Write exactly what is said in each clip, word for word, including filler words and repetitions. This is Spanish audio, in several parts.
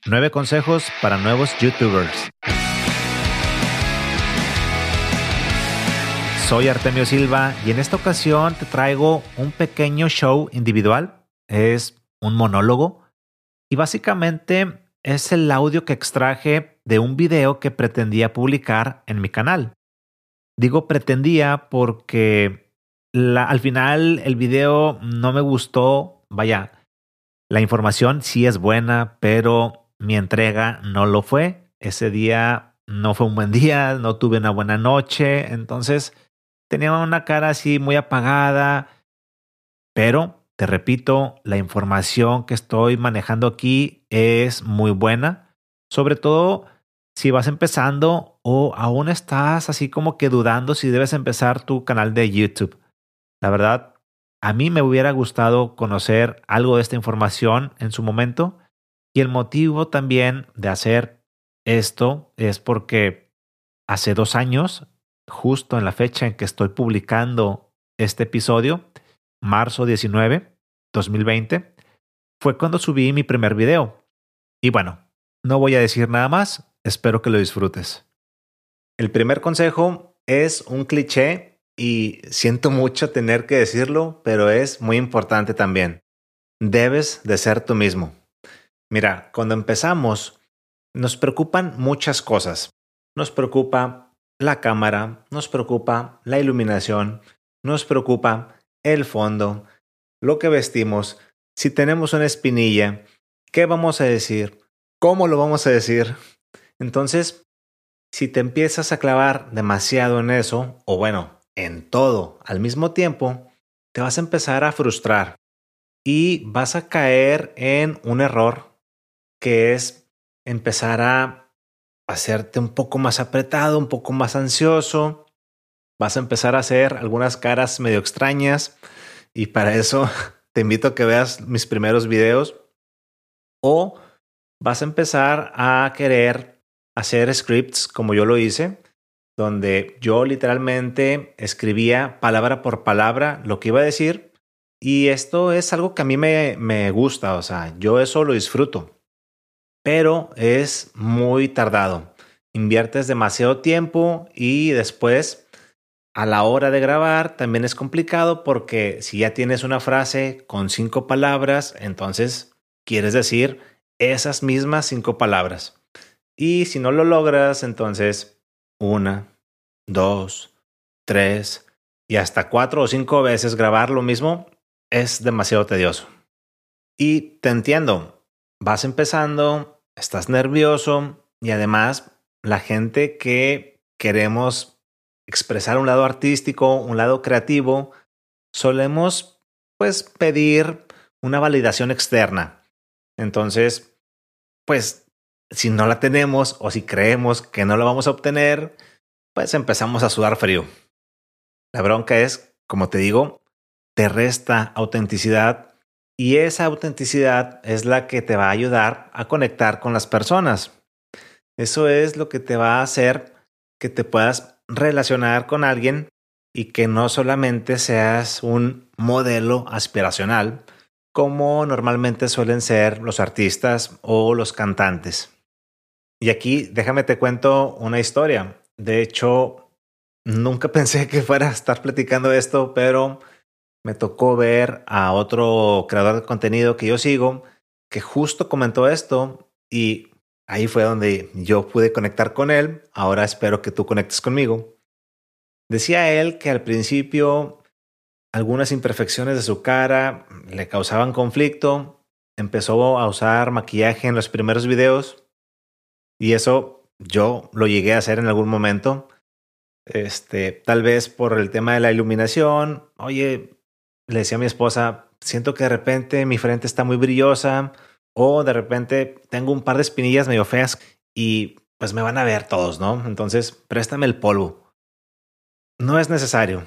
Nueve consejos para nuevos YouTubers. Soy Artemio Silva y en esta ocasión te traigo un pequeño show individual. Es un monólogo y básicamente es el audio que extraje de un video que pretendía publicar en mi canal. Digo pretendía porque la- al final el video no me gustó. Vaya, la información sí es buena, pero mi entrega no lo fue. Ese día no fue un buen día, no tuve una buena noche, entonces tenía una cara así muy apagada, pero te repito, la información que estoy manejando aquí es muy buena, sobre todo si vas empezando o aún estás así como que dudando si debes empezar tu canal de YouTube. La verdad, a mí me hubiera gustado conocer algo de esta información en su momento y el motivo también de hacer esto es porque hace dos años, justo en la fecha en que estoy publicando este episodio, marzo diecinueve, dos mil veinte, fue cuando subí mi primer video. Y bueno, no voy a decir nada más, espero que lo disfrutes. El primer consejo es un cliché y siento mucho tener que decirlo, pero es muy importante también. Debes de ser tú mismo. Mira, cuando empezamos, nos preocupan muchas cosas. Nos preocupa la cámara, nos preocupa la iluminación, nos preocupa el fondo, lo que vestimos, si tenemos una espinilla, qué vamos a decir, cómo lo vamos a decir. Entonces, si te empiezas a clavar demasiado en eso, o bueno, en todo al mismo tiempo, te vas a empezar a frustrar y vas a caer en un error que es empezar a hacerte un poco más apretado, un poco más ansioso. Vas a empezar a hacer algunas caras medio extrañas y para eso te invito a que veas mis primeros videos o vas a empezar a querer hacer scripts como yo lo hice, donde yo literalmente escribía palabra por palabra lo que iba a decir y esto es algo que a mí me, me gusta, o sea, yo eso lo disfruto, pero es muy tardado. Inviertes demasiado tiempo y después a la hora de grabar también es complicado porque si ya tienes una frase con cinco palabras, entonces quieres decir esas mismas cinco palabras. Y si no lo logras, entonces una, dos, tres y hasta cuatro o cinco veces grabar lo mismo es demasiado tedioso. Y te entiendo, vas empezando, estás nervioso y además la gente que queremos expresar un lado artístico, un lado creativo, solemos pues pedir una validación externa. Entonces, pues si no la tenemos o si creemos que no la vamos a obtener, pues empezamos a sudar frío. La bronca es, como te digo, te resta autenticidad y esa autenticidad es la que te va a ayudar a conectar con las personas. Eso es lo que te va a hacer que te puedas relacionar con alguien y que no solamente seas un modelo aspiracional como normalmente suelen ser los artistas o los cantantes. Y aquí déjame te cuento una historia. De hecho, nunca pensé que fuera a estar platicando esto, pero me tocó ver a otro creador de contenido que yo sigo que justo comentó esto y ahí fue donde yo pude conectar con él. Ahora espero que tú conectes conmigo. Decía él que al principio algunas imperfecciones de su cara le causaban conflicto. Empezó a usar maquillaje en los primeros videos y eso yo lo llegué a hacer en algún momento. Este, tal vez por el tema de la iluminación. Oye, le decía a mi esposa, siento que de repente mi frente está muy brillosa o de repente tengo un par de espinillas medio feas y pues me van a ver todos, ¿no? Entonces, préstame el polvo. No es necesario.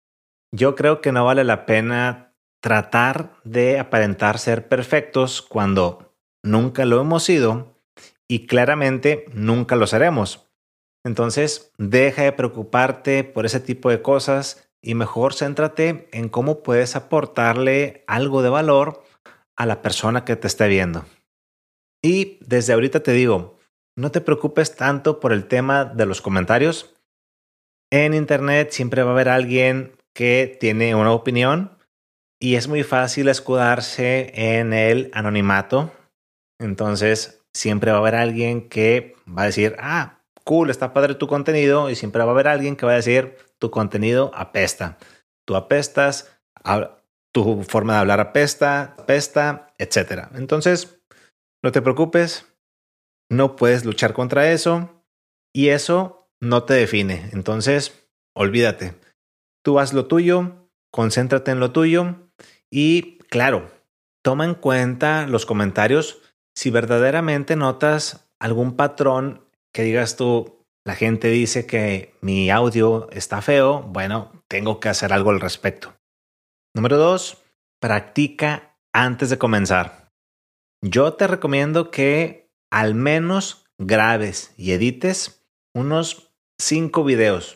Yo creo que no vale la pena tratar de aparentar ser perfectos cuando nunca lo hemos sido y claramente nunca lo seremos. Entonces, deja de preocuparte por ese tipo de cosas y mejor céntrate en cómo puedes aportarle algo de valor a la persona que te esté viendo. Y desde ahorita te digo, no te preocupes tanto por el tema de los comentarios. En internet siempre va a haber alguien que tiene una opinión y es muy fácil escudarse en el anonimato. Entonces, siempre va a haber alguien que va a decir, ah, cool, está padre tu contenido. Y siempre va a haber alguien que va a decir, tu contenido apesta. Tú apestas, tu forma de hablar apesta, apesta, etcétera. Entonces, no te preocupes, no puedes luchar contra eso y eso no te define. Entonces, olvídate. Tú haz lo tuyo, concéntrate en lo tuyo y, claro, toma en cuenta los comentarios si verdaderamente notas algún patrón que digas tú, la gente dice que mi audio está feo, bueno, tengo que hacer algo al respecto. Número dos, practica antes de comenzar. Yo te recomiendo que al menos grabes y edites unos cinco videos.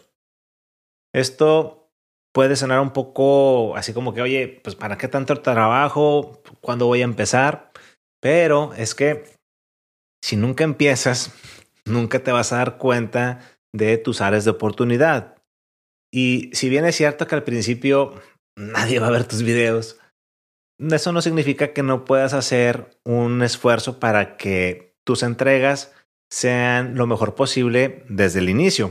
Esto puede sonar un poco así como que, oye, pues ¿para qué tanto trabajo? ¿Cuándo voy a empezar? Pero es que si nunca empiezas, nunca te vas a dar cuenta de tus áreas de oportunidad. Y si bien es cierto que al principio nadie va a ver tus videos, eso no significa que no puedas hacer un esfuerzo para que tus entregas sean lo mejor posible desde el inicio.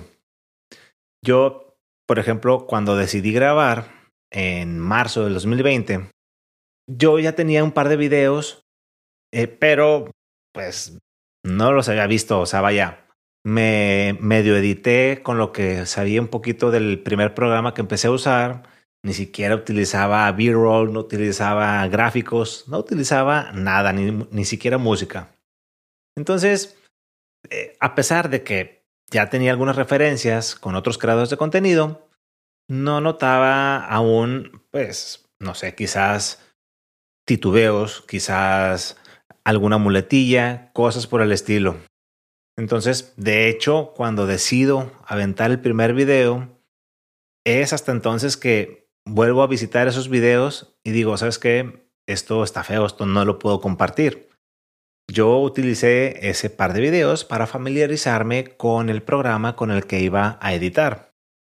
Yo, por ejemplo, cuando decidí grabar en marzo del dos mil veinte, yo ya tenía un par de videos, eh, pero pues no los había visto. O sea, vaya, me medio edité con lo que sabía un poquito del primer programa que empecé a usar. Ni siquiera utilizaba B-roll, no utilizaba gráficos, no utilizaba nada, ni, ni siquiera música. Entonces, eh, a pesar de que ya tenía algunas referencias con otros creadores de contenido, no notaba aún, pues, no sé, quizás titubeos, quizás alguna muletilla, cosas por el estilo. Entonces, de hecho, cuando decido aventar el primer video, es hasta entonces que vuelvo a visitar esos videos y digo, ¿sabes qué? Esto está feo, esto no lo puedo compartir. Yo utilicé ese par de videos para familiarizarme con el programa con el que iba a editar.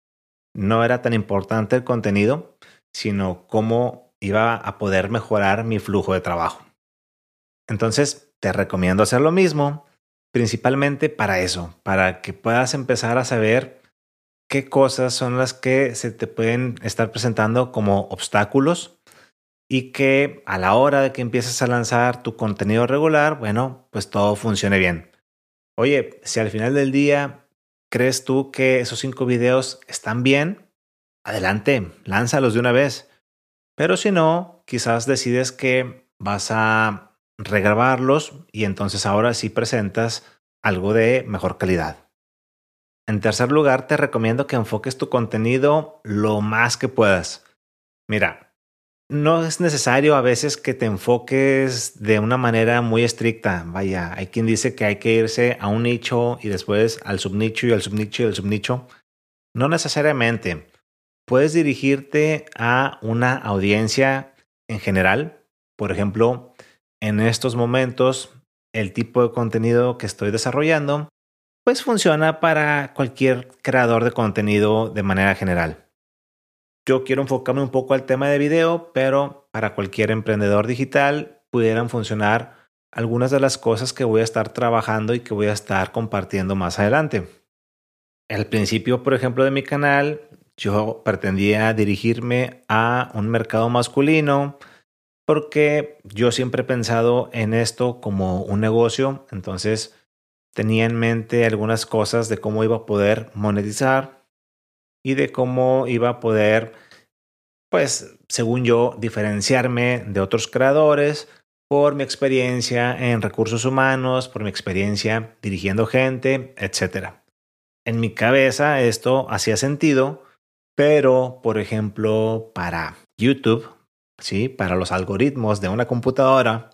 No era tan importante el contenido, sino cómo iba a poder mejorar mi flujo de trabajo. Entonces, te recomiendo hacer lo mismo, principalmente para eso, para que puedas empezar a saber qué cosas son las que se te pueden estar presentando como obstáculos y que a la hora de que empieces a lanzar tu contenido regular, bueno, pues todo funcione bien. Oye, si al final del día crees tú que esos cinco videos están bien, adelante, lánzalos de una vez. Pero si no, quizás decides que vas a regrabarlos y entonces ahora sí presentas algo de mejor calidad. En tercer lugar, te recomiendo que enfoques tu contenido lo más que puedas. Mira, no es necesario a veces que te enfoques de una manera muy estricta. Vaya, hay quien dice que hay que irse a un nicho y después al subnicho y al subnicho y al subnicho. No necesariamente. Puedes dirigirte a una audiencia en general. Por ejemplo, en estos momentos, el tipo de contenido que estoy desarrollando pues funciona para cualquier creador de contenido de manera general. Yo quiero enfocarme un poco al tema de video, pero para cualquier emprendedor digital pudieran funcionar algunas de las cosas que voy a estar trabajando y que voy a estar compartiendo más adelante. Al principio, por ejemplo, de mi canal, yo pretendía dirigirme a un mercado masculino porque yo siempre he pensado en esto como un negocio. Entonces tenía en mente algunas cosas de cómo iba a poder monetizar y de cómo iba a poder, pues, según yo, diferenciarme de otros creadores por mi experiencia en recursos humanos, por mi experiencia dirigiendo gente, etcétera. En mi cabeza esto hacía sentido, pero, por ejemplo, para YouTube, ¿sí? Para los algoritmos de una computadora,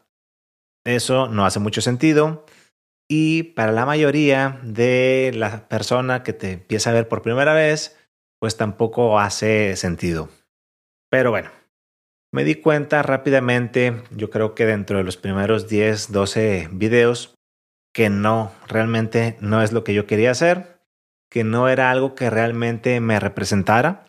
eso no hace mucho sentido. Y para la mayoría de la persona que te empieza a ver por primera vez, pues tampoco hace sentido. Pero bueno, Me di cuenta rápidamente, yo creo que dentro de los primeros diez, doce videos, que no, realmente no es lo que yo quería hacer, que no era algo que realmente me representara.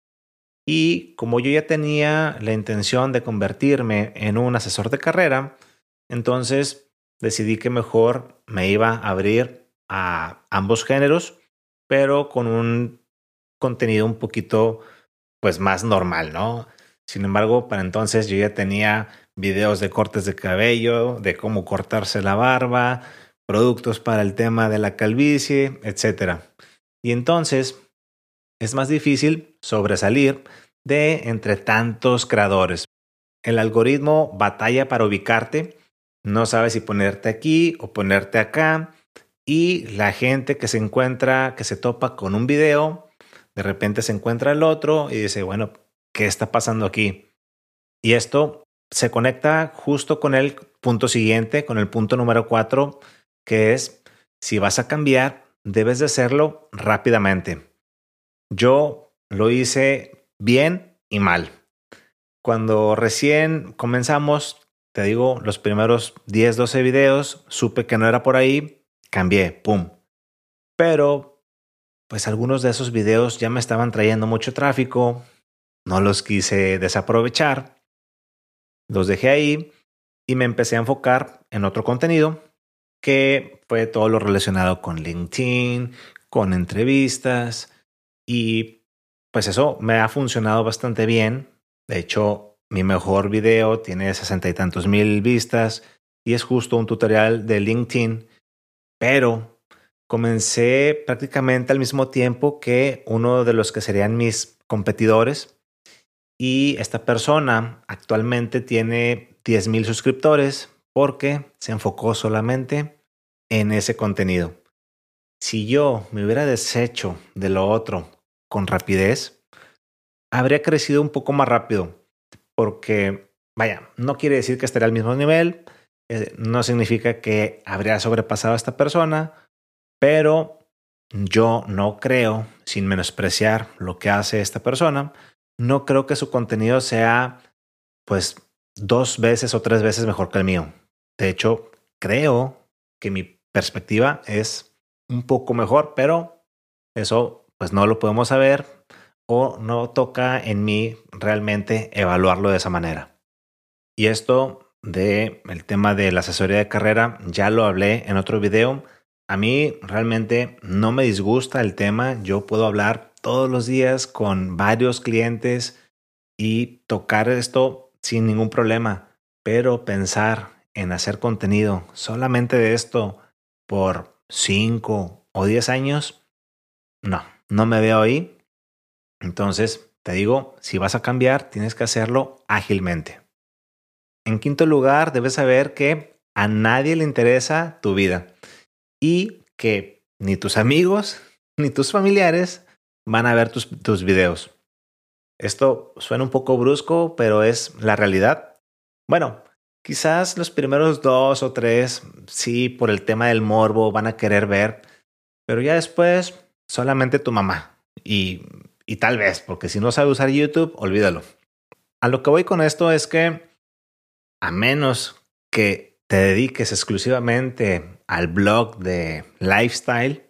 Y como yo ya tenía la intención de convertirme en un asesor de carrera, entonces decidí que mejor me iba a abrir a ambos géneros, pero con un contenido un poquito pues más normal, ¿no? Sin embargo, para entonces yo ya tenía videos de cortes de cabello, de cómo cortarse la barba, productos para el tema de la calvicie, etcétera. Y entonces es más difícil sobresalir de entre tantos creadores. El algoritmo batalla para ubicarte, no sabe si ponerte aquí o ponerte acá, y la gente que se encuentra, que se topa con un video, de repente se encuentra el otro y dice, bueno, ¿qué está pasando aquí? Y esto se conecta justo con el punto siguiente, con el punto número cuatro, que es, si vas a cambiar, debes de hacerlo rápidamente. Yo lo hice bien y mal. Cuando recién comenzamos, te digo, los primeros diez, doce videos, supe que no era por ahí, cambié, pum. Pero, pues algunos de esos videos ya me estaban trayendo mucho tráfico, no los quise desaprovechar, los dejé ahí y me empecé a enfocar en otro contenido que fue todo lo relacionado con LinkedIn, con entrevistas y pues eso me ha funcionado bastante bien. De hecho, mi mejor video tiene sesenta y tantos mil vistas y es justo un tutorial de LinkedIn, pero comencé prácticamente al mismo tiempo que uno de los que serían mis competidores y esta persona actualmente tiene diez mil suscriptores porque se enfocó solamente en ese contenido. Si yo me hubiera deshecho de lo otro con rapidez, habría crecido un poco más rápido porque, vaya, no quiere decir que estaría al mismo nivel, eh, no significa que habría sobrepasado a esta persona, pero yo no creo, sin menospreciar lo que hace esta persona, no creo que su contenido sea pues dos veces o tres veces mejor que el mío. De hecho, creo que mi perspectiva es un poco mejor, pero eso pues no lo podemos saber o no toca en mí realmente evaluarlo de esa manera. Y esto de el tema de la asesoría de carrera ya lo hablé en otro video. A mí realmente no me disgusta el tema. Yo puedo hablar todos los días con varios clientes y tocar esto sin ningún problema, pero pensar en hacer contenido solamente de esto por cinco o diez años, no, no me veo ahí. Entonces, te digo, si vas a cambiar, tienes que hacerlo ágilmente. En quinto lugar, debes saber que a nadie le interesa tu vida y que ni tus amigos ni tus familiares van a ver tus, tus videos. Esto suena un poco brusco, pero es la realidad. Bueno, quizás los primeros dos o tres, sí, por el tema del morbo van a querer ver, pero ya después solamente tu mamá. Y, y tal vez, porque si no sabe usar YouTube, olvídalo. A lo que voy con esto es que a menos que te dediques exclusivamente al blog de lifestyle,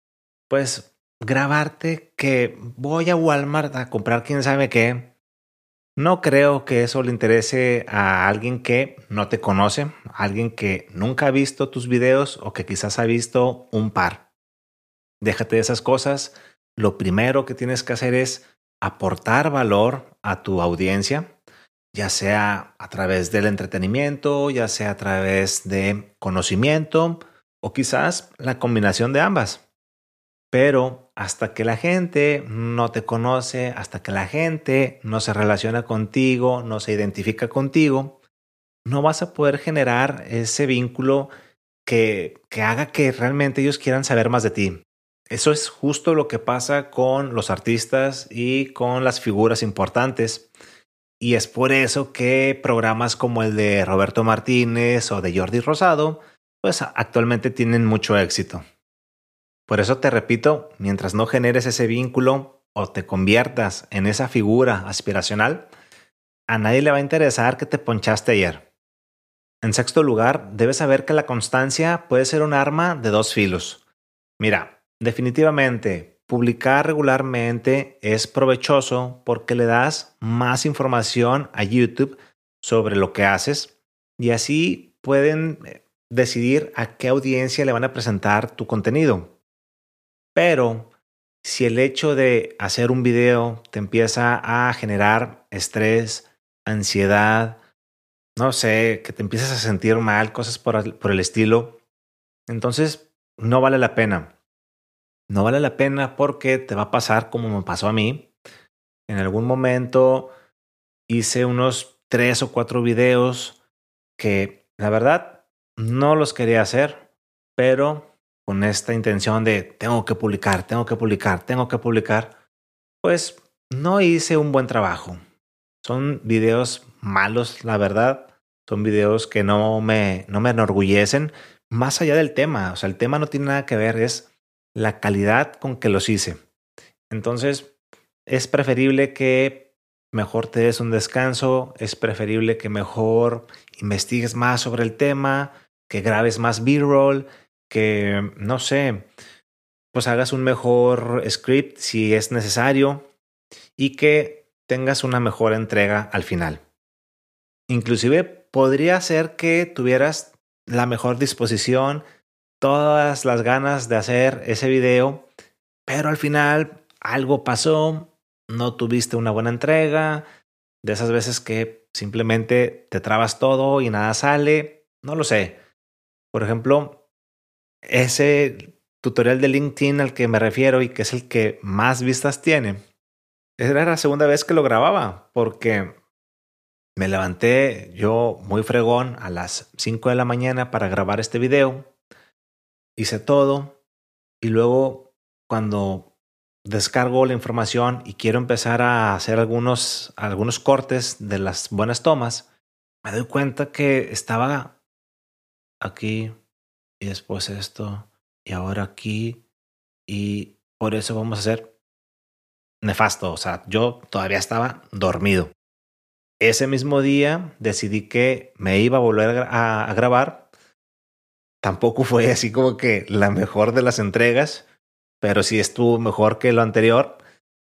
pues grabarte que voy a Walmart a comprar quién sabe qué. No creo que eso le interese a alguien que no te conoce, a alguien que nunca ha visto tus videos o que quizás ha visto un par. Déjate de esas cosas. Lo primero que tienes que hacer es aportar valor a tu audiencia, ya sea a través del entretenimiento, ya sea a través de conocimiento o quizás la combinación de ambas. Pero hasta que la gente no te conoce, hasta que la gente no se relaciona contigo, no se identifica contigo, no vas a poder generar ese vínculo que, que haga que realmente ellos quieran saber más de ti. Eso es justo lo que pasa con los artistas y con las figuras importantes. Y es por eso que programas como el de Roberto Martínez o de Jordi Rosado, pues actualmente tienen mucho éxito. Por eso te repito, mientras no generes ese vínculo o te conviertas en esa figura aspiracional, a nadie le va a interesar que te ponchaste ayer. En sexto lugar, debes saber que la constancia puede ser un arma de dos filos. Mira, definitivamente, publicar regularmente es provechoso porque le das más información a YouTube sobre lo que haces y así pueden eh, decidir a qué audiencia le van a presentar tu contenido. Pero si el hecho de hacer un video te empieza a generar estrés, ansiedad, no sé, que te empiezas a sentir mal, cosas por, el- por el estilo, entonces no vale la pena. No vale la pena porque te va a pasar como me pasó a mí. En algún momento hice unos tres o cuatro videos que la verdad no los quería hacer, pero con esta intención de tengo que publicar, tengo que publicar, tengo que publicar, pues no hice un buen trabajo. Son videos malos, la verdad. Son videos que no me, no me enorgullecen más allá del tema. O sea, el tema no tiene nada que ver, es la calidad con que los hice. Entonces, es preferible que mejor te des un descanso, es preferible que mejor investigues más sobre el tema, que grabes más B-roll, que, no sé, pues hagas un mejor script si es necesario y que tengas una mejor entrega al final. Inclusive podría ser que tuvieras la mejor disposición, todas las ganas de hacer ese video, pero al final algo pasó, no tuviste una buena entrega, de esas veces que simplemente te trabas todo y nada sale, no lo sé. Por ejemplo, ese tutorial de LinkedIn al que me refiero y que es el que más vistas tiene, era la segunda vez que lo grababa porque me levanté yo muy fregón a las cinco de la mañana para grabar este video, hice todo y luego cuando descargo la información y quiero empezar a hacer algunos, algunos cortes de las buenas tomas, me doy cuenta que estaba aquí y después esto y ahora aquí y por eso vamos a hacer nefasto. O sea, yo todavía estaba dormido. Ese mismo día decidí que me iba a volver a, gra- a- a grabar. Tampoco fue así como que la mejor de las entregas, pero sí estuvo mejor que lo anterior.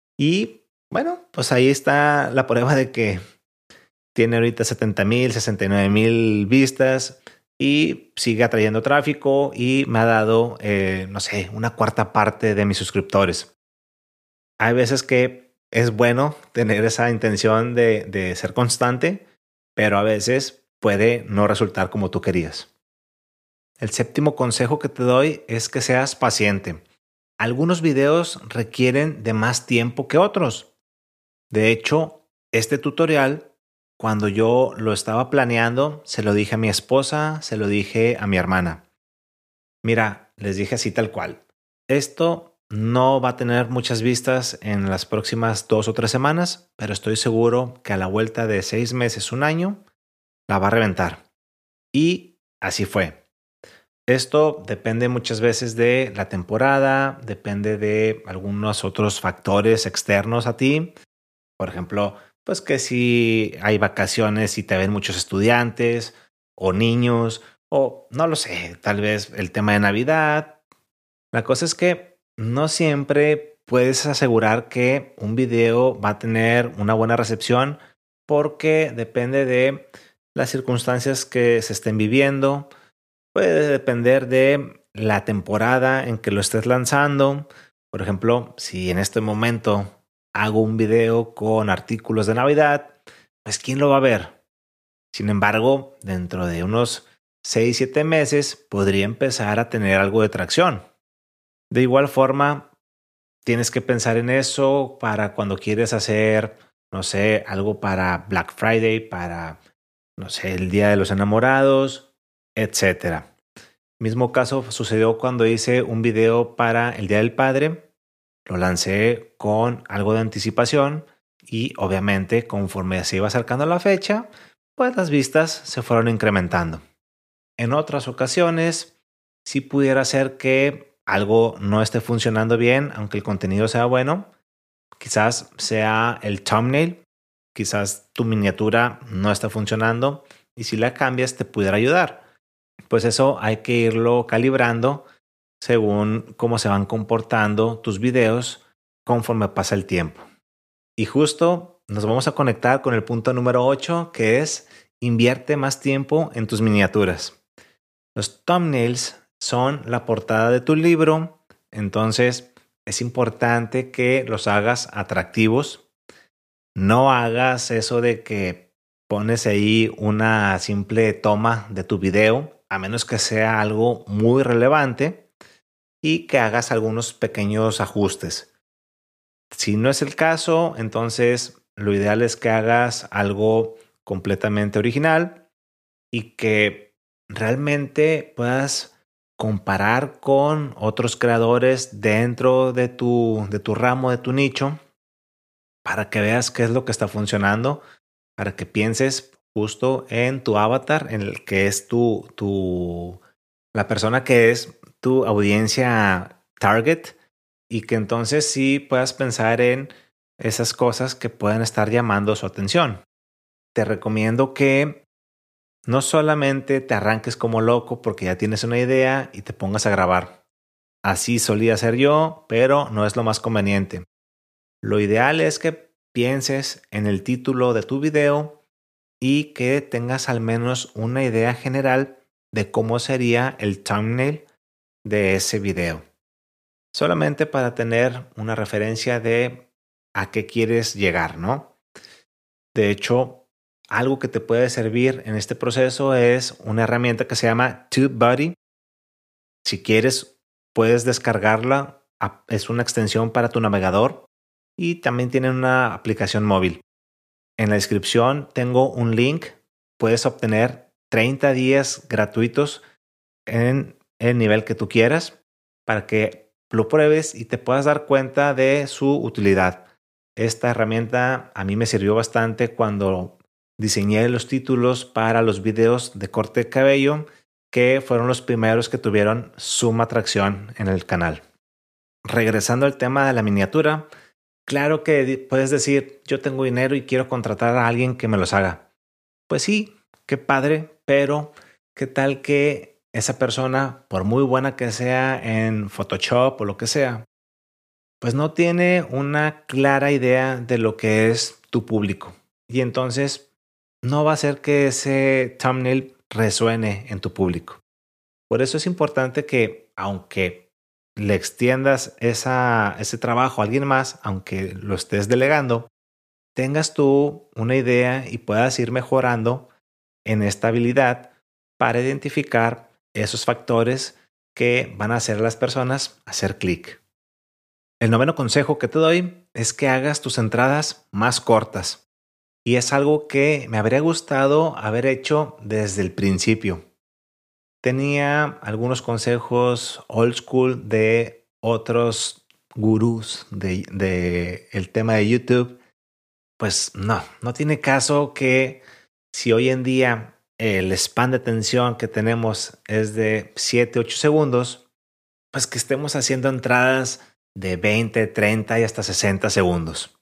Y bueno, pues ahí está la prueba de que tiene ahorita setenta mil, sesenta y nueve mil vistas y sigue atrayendo tráfico y me ha dado, eh, no sé, una cuarta parte de mis suscriptores. Hay veces que es bueno tener esa intención de, de ser constante, pero a veces puede no resultar como tú querías. El séptimo consejo que te doy es que seas paciente. Algunos videos requieren de más tiempo que otros. De hecho, este tutorial, cuando yo lo estaba planeando, se lo dije a mi esposa, se lo dije a mi hermana. Mira, les dije así tal cual. Esto no va a tener muchas vistas en las próximas dos o tres semanas, pero estoy seguro que a la vuelta de seis meses, un año, la va a reventar. Y así fue. Esto depende muchas veces de la temporada, depende de algunos otros factores externos a ti. Por ejemplo, pues que si hay vacaciones y te ven muchos estudiantes o niños, o no lo sé, tal vez el tema de Navidad. La cosa es que no siempre puedes asegurar que un video va a tener una buena recepción porque depende de las circunstancias que se estén viviendo. Puede depender de la temporada en que lo estés lanzando. Por ejemplo, si en este momento hago un video con artículos de Navidad, pues ¿quién lo va a ver? Sin embargo, dentro de unos seis siete meses podría empezar a tener algo de tracción. De igual forma, tienes que pensar en eso para cuando quieres hacer, no sé, algo para Black Friday, para, no sé, el Día de los Enamorados, etcétera. Mismo caso sucedió cuando hice un video para el Día del Padre. Lo lancé con algo de anticipación y obviamente conforme se iba acercando la fecha, pues las vistas se fueron incrementando. En otras ocasiones, sí pudiera ser que algo no esté funcionando bien, aunque el contenido sea bueno. Quizás sea el thumbnail, quizás tu miniatura no está funcionando y si la cambias te pudiera ayudar. Pues eso hay que irlo calibrando según cómo se van comportando tus videos conforme pasa el tiempo. Y justo nos vamos a conectar con el punto número ocho, que es invierte más tiempo en tus miniaturas. Los thumbnails son la portada de tu libro, entonces es importante que los hagas atractivos. No hagas eso de que pones ahí una simple toma de tu video, a menos que sea algo muy relevante y que hagas algunos pequeños ajustes. Si no es el caso, entonces lo ideal es que hagas algo completamente original y que realmente puedas comparar con otros creadores dentro de tu, de tu ramo, de tu nicho, para que veas qué es lo que está funcionando, para que pienses justo en tu avatar, en el que es tu, tu, la persona que es tu audiencia target, y que entonces sí puedas pensar en esas cosas que pueden estar llamando su atención. Te recomiendo que no solamente te arranques como loco porque ya tienes una idea y te pongas a grabar. Así solía ser yo, pero no es lo más conveniente. Lo ideal es que pienses en el título de tu video y que tengas al menos una idea general de cómo sería el thumbnail de ese video. Solamente para tener una referencia de a qué quieres llegar, ¿no? De hecho, algo que te puede servir en este proceso es una herramienta que se llama TubeBuddy. Si quieres, puedes descargarla. Es una extensión para tu navegador y también tiene una aplicación móvil. En la descripción tengo un link. Puedes obtener treinta días gratuitos en el nivel que tú quieras para que lo pruebes y te puedas dar cuenta de su utilidad. Esta herramienta a mí me sirvió bastante cuando diseñé los títulos para los videos de corte de cabello, que fueron los primeros que tuvieron suma atracción en el canal. Regresando al tema de la miniatura, claro que puedes decir, yo tengo dinero y quiero contratar a alguien que me los haga. Pues sí, qué padre, pero ¿qué tal que esa persona, por muy buena que sea en Photoshop o lo que sea, pues no tiene una clara idea de lo que es tu público? Y entonces no va a hacer que ese thumbnail resuene en tu público. Por eso es importante que, aunque le extiendas esa, ese trabajo a alguien más, aunque lo estés delegando, tengas tú una idea y puedas ir mejorando en esta habilidad para identificar esos factores que van a hacer a las personas hacer clic. El noveno consejo que te doy es que hagas tus entradas más cortas. Y es algo que me habría gustado haber hecho desde el principio. Tenía algunos consejos old school de otros gurús de, de el tema de YouTube. Pues no, no tiene caso que si hoy en día el span de atención que tenemos es de siete, ocho segundos, pues que estemos haciendo entradas de veinte, treinta y hasta sesenta segundos.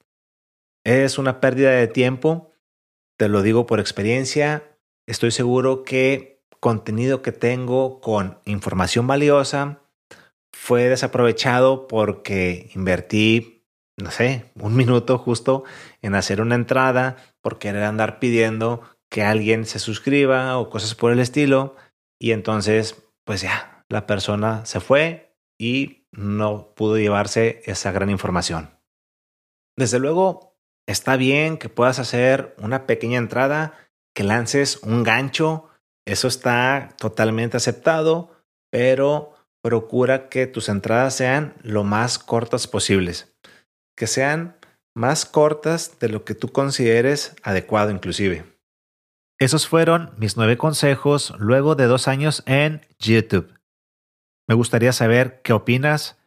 Es una pérdida de tiempo, te lo digo por experiencia. Estoy seguro que contenido que tengo con información valiosa fue desaprovechado porque invertí, no sé, un minuto justo en hacer una entrada por querer andar pidiendo que alguien se suscriba o cosas por el estilo. Y entonces, pues ya, la persona se fue y no pudo llevarse esa gran información. Desde luego, está bien que puedas hacer una pequeña entrada, que lances un gancho. Eso está totalmente aceptado, pero procura que tus entradas sean lo más cortas posibles. Que sean más cortas de lo que tú consideres adecuado inclusive. Esos fueron mis nueve consejos luego de dos años en YouTube. Me gustaría saber qué opinas,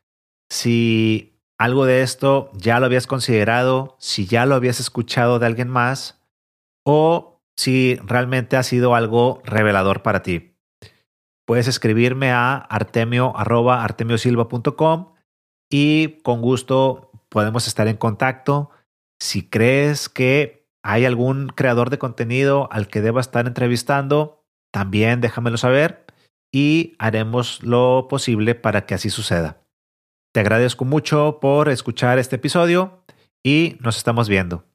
si algo de esto ya lo habías considerado, si ya lo habías escuchado de alguien más o si realmente ha sido algo revelador para ti. Puedes escribirme a artemio arroba artemiosilva punto com y con gusto podemos estar en contacto. Si crees que hay algún creador de contenido al que deba estar entrevistando, también déjamelo saber y haremos lo posible para que así suceda. Te agradezco mucho por escuchar este episodio y nos estamos viendo.